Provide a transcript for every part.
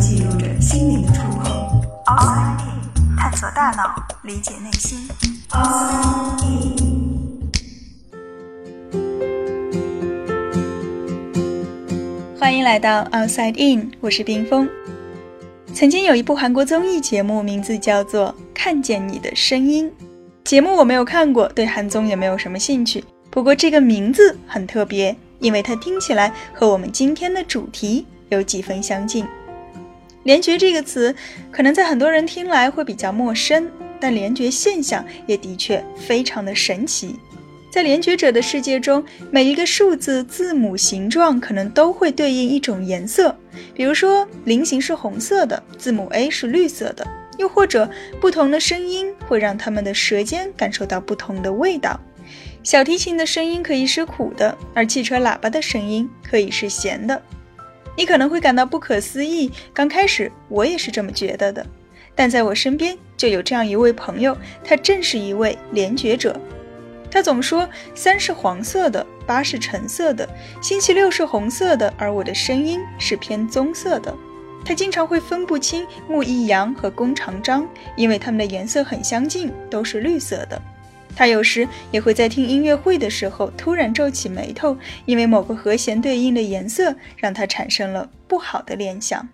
记录着心灵的触碰。Outside In， 探索大脑，理解内心。Outside In。欢迎来到 Outside In， 我是冰峰。曾经有一部韩国综艺节目，名字叫做《看见你的声音》。节目我没有看过，对韩综也没有什么兴趣。不过这个名字很特别，因为它听起来和我们今天的主题有几分相近。联觉这个词可能在很多人听来会比较陌生，但联觉现象也的确非常的神奇。在联觉者的世界中，每一个数字、字母、形状可能都会对应一种颜色，比如说菱形是红色的，字母 A 是绿色的，又或者不同的声音会让他们的舌尖感受到不同的味道。小提琴的声音可以是苦的，而汽车喇叭的声音可以是咸的。你可能会感到不可思议，刚开始我也是这么觉得的，但在我身边就有这样一位朋友，他正是一位联觉者。他总说3是黄色的，8是橙色的，星期六是红色的，而我的声音是偏棕色的。他经常会分不清木易阳和弓长张，因为它们的颜色很相近，都是绿色的。他有时也会在听音乐会的时候突然皱起眉头，因为某个和弦对应的颜色让他产生了不好的联想。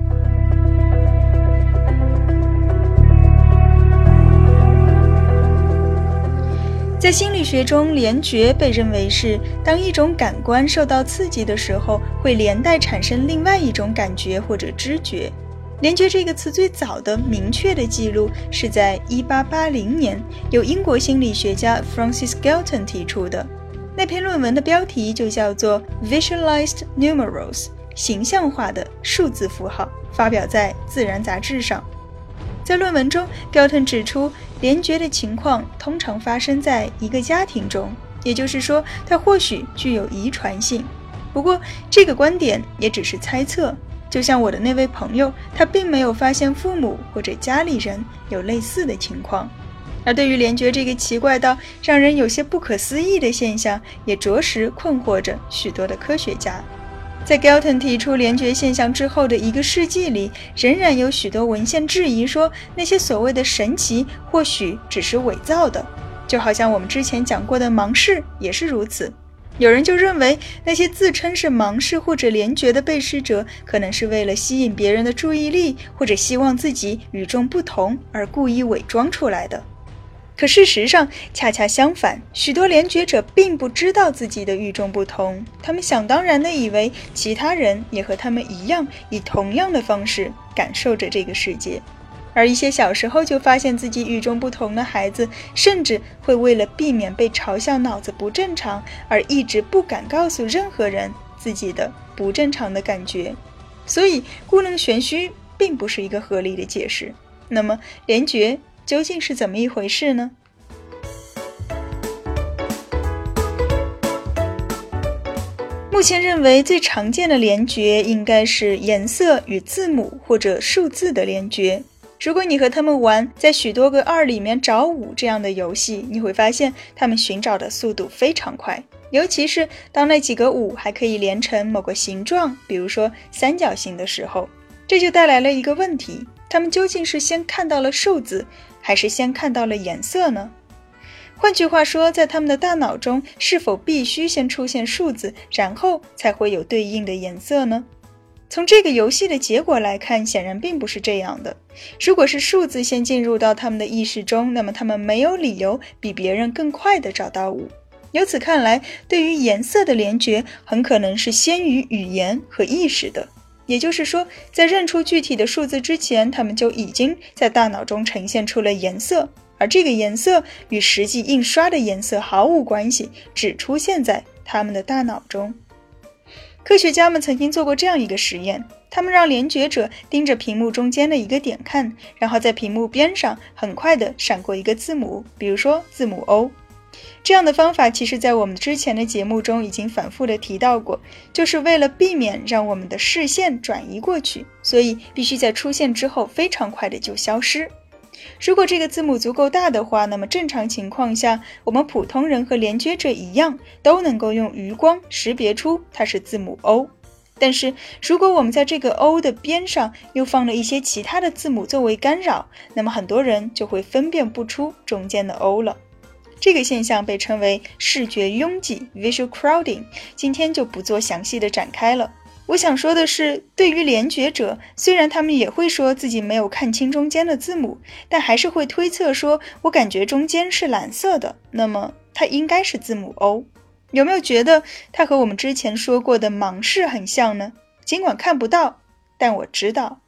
在心理学中，联觉被认为是当一种感官受到刺激的时候，会连带产生另外一种感觉或者知觉。联觉这个词最早的明确的记录是在1880年由英国心理学家 Francis Galton 提出的。那篇论文的标题就叫做 Visualized Numerals， 形象化的数字符号，发表在《自然》杂志上。在论文中， Galton 指出联觉的情况通常发生在一个家庭中，也就是说它或许具有遗传性。不过这个观点也只是猜测，就像我的那位朋友，他并没有发现父母或者家里人有类似的情况。而对于联觉这个奇怪到让人有些不可思议的现象，也着实困惑着许多的科学家。在 Galton 提出联觉现象之后的1个世纪里，仍然有许多文献质疑说那些所谓的神奇或许只是伪造的，就好像我们之前讲过的盲视也是如此。有人就认为那些自称是盲视或者联觉的被试者，可能是为了吸引别人的注意力，或者希望自己与众不同而故意伪装出来的。可事实上恰恰相反，许多联觉者并不知道自己的与众不同，他们想当然地以为其他人也和他们一样，以同样的方式感受着这个世界。而一些小时候就发现自己与众不同的孩子，甚至会为了避免被嘲笑脑子不正常，而一直不敢告诉任何人自己的不正常的感觉。所以故弄玄虚并不是一个合理的解释。那么联觉究竟是怎么一回事呢？目前认为最常见的联觉应该是颜色与字母或者数字的联觉。如果你和他们玩在许多个2里面找5这样的游戏，你会发现他们寻找的速度非常快，尤其是当那几个5还可以连成某个形状，比如说三角形的时候。这就带来了一个问题，他们究竟是先看到了数字，还是先看到了颜色呢？换句话说，在他们的大脑中是否必须先出现数字，然后才会有对应的颜色呢？从这个游戏的结果来看，显然并不是这样的。如果是数字先进入到他们的意识中，那么他们没有理由比别人更快地找到5。由此看来，对于颜色的联觉很可能是先于语言和意识的。也就是说，在认出具体的数字之前，他们就已经在大脑中呈现出了颜色，而这个颜色与实际印刷的颜色毫无关系，只出现在他们的大脑中。科学家们曾经做过这样一个实验，他们让联觉者盯着屏幕中间的一个点看，然后在屏幕边上很快地闪过一个字母，比如说字母 O。这样的方法其实在我们之前的节目中已经反复地提到过，就是为了避免让我们的视线转移过去，所以必须在出现之后非常快的就消失。如果这个字母足够大的话，那么正常情况下，我们普通人和联觉者一样，都能够用余光识别出它是字母 O。 但是如果我们在这个 O 的边上又放了一些其他的字母作为干扰，那么很多人就会分辨不出中间的 O 了。这个现象被称为视觉拥挤 Visual Crowding， 今天就不做详细的展开了。我想说的是，对于联觉者，虽然他们也会说自己没有看清中间的字母，但还是会推测说，我感觉中间是蓝色的，那么它应该是字母 O。有没有觉得它和我们之前说过的盲视很像呢？尽管看不到，但我知道。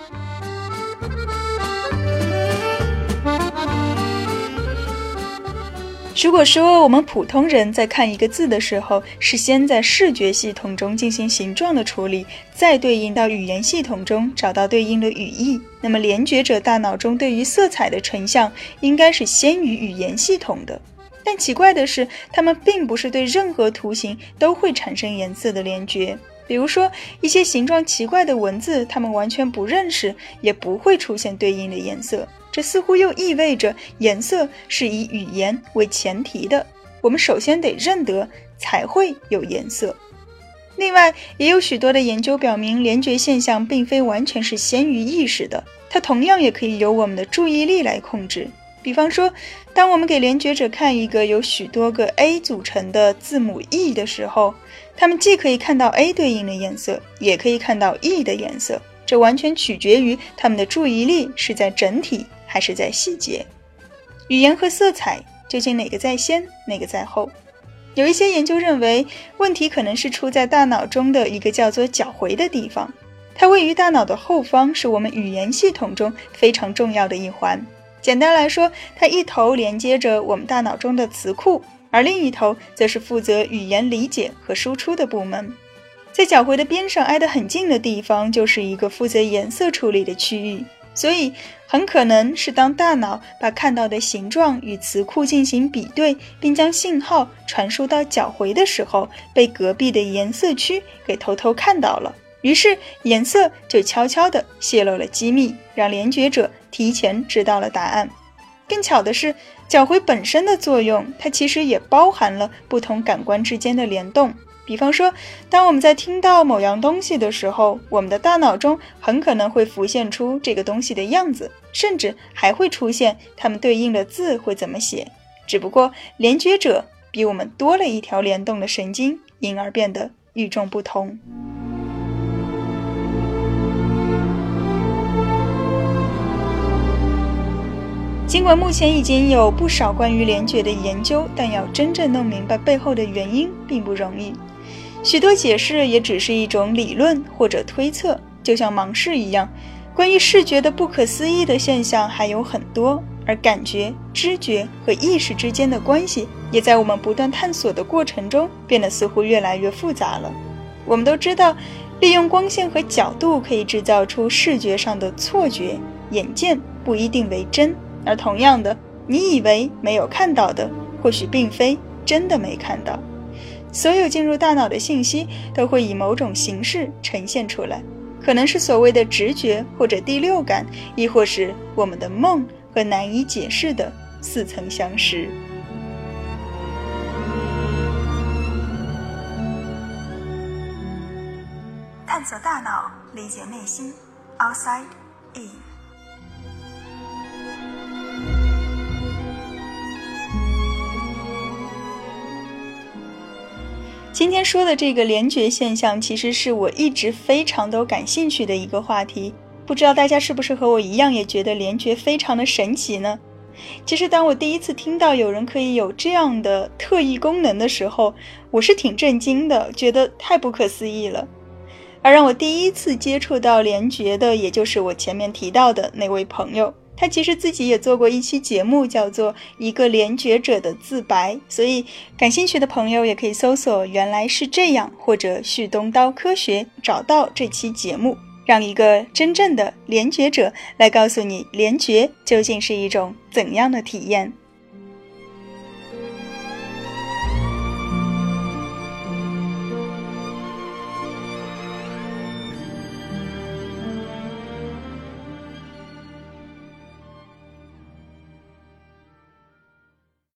如果说我们普通人在看一个字的时候，是先在视觉系统中进行形状的处理，再对应到语言系统中找到对应的语义，那么联觉者大脑中对于色彩的成像应该是先于语言系统的。但奇怪的是，它们并不是对任何图形都会产生颜色的联觉。比如说一些形状奇怪的文字，它们完全不认识，也不会出现对应的颜色。这似乎又意味着颜色是以语言为前提的，我们首先得认得才会有颜色。另外，也有许多的研究表明，联觉现象并非完全是先于意识的，它同样也可以由我们的注意力来控制。比方说，当我们给联觉者看一个由许多个 A 组成的字母 E 的时候，他们既可以看到 A 对应的颜色，也可以看到 E 的颜色，这完全取决于他们的注意力是在整体还是在细节。语言和色彩究竟哪个在先，哪个在后？有一些研究认为，问题可能是出在大脑中的一个叫做角回的地方，它位于大脑的后方，是我们语言系统中非常重要的一环。简单来说，它一头连接着我们大脑中的词库，而另一头则是负责语言理解和输出的部门。在角回的边上挨得很近的地方，就是一个负责颜色处理的区域，所以很可能是当大脑把看到的形状与词库进行比对，并将信号传输到角回的时候，被隔壁的颜色区给偷偷看到了，于是颜色就悄悄地泄露了机密，让联觉者提前知道了答案。更巧的是，角回本身的作用，它其实也包含了不同感官之间的联动。比方说，当我们在听到某样东西的时候，我们的大脑中很可能会浮现出这个东西的样子，甚至还会出现它们对应的字会怎么写。只不过联觉者比我们多了一条联动的神经，因而变得与众不同。尽管目前已经有不少关于联觉的研究，但要真正弄明白背后的原因并不容易。许多解释也只是一种理论或者推测，就像盲视一样，关于视觉的不可思议的现象还有很多，而感觉、知觉和意识之间的关系也在我们不断探索的过程中变得似乎越来越复杂了。我们都知道，利用光线和角度可以制造出视觉上的错觉，眼见不一定为真，而同样的，你以为没有看到的，或许并非真的没看到。所有进入大脑的信息都会以某种形式呈现出来，可能是所谓的直觉或者第六感，亦或是我们的梦和难以解释的似曾相识。探索大脑，理解内心 Outside In。今天说的这个联觉现象，其实是我一直非常都感兴趣的一个话题。不知道大家是不是和我一样，也觉得联觉非常的神奇呢？其实当我第一次听到有人可以有这样的特异功能的时候，我是挺震惊的，觉得太不可思议了。而让我第一次接触到联觉的，也就是我前面提到的那位朋友。他其实自己也做过一期节目，叫做一个联觉者的自白，所以感兴趣的朋友也可以搜索原来是这样或者旭东刀科学，找到这期节目，让一个真正的联觉者来告诉你联觉究竟是一种怎样的体验。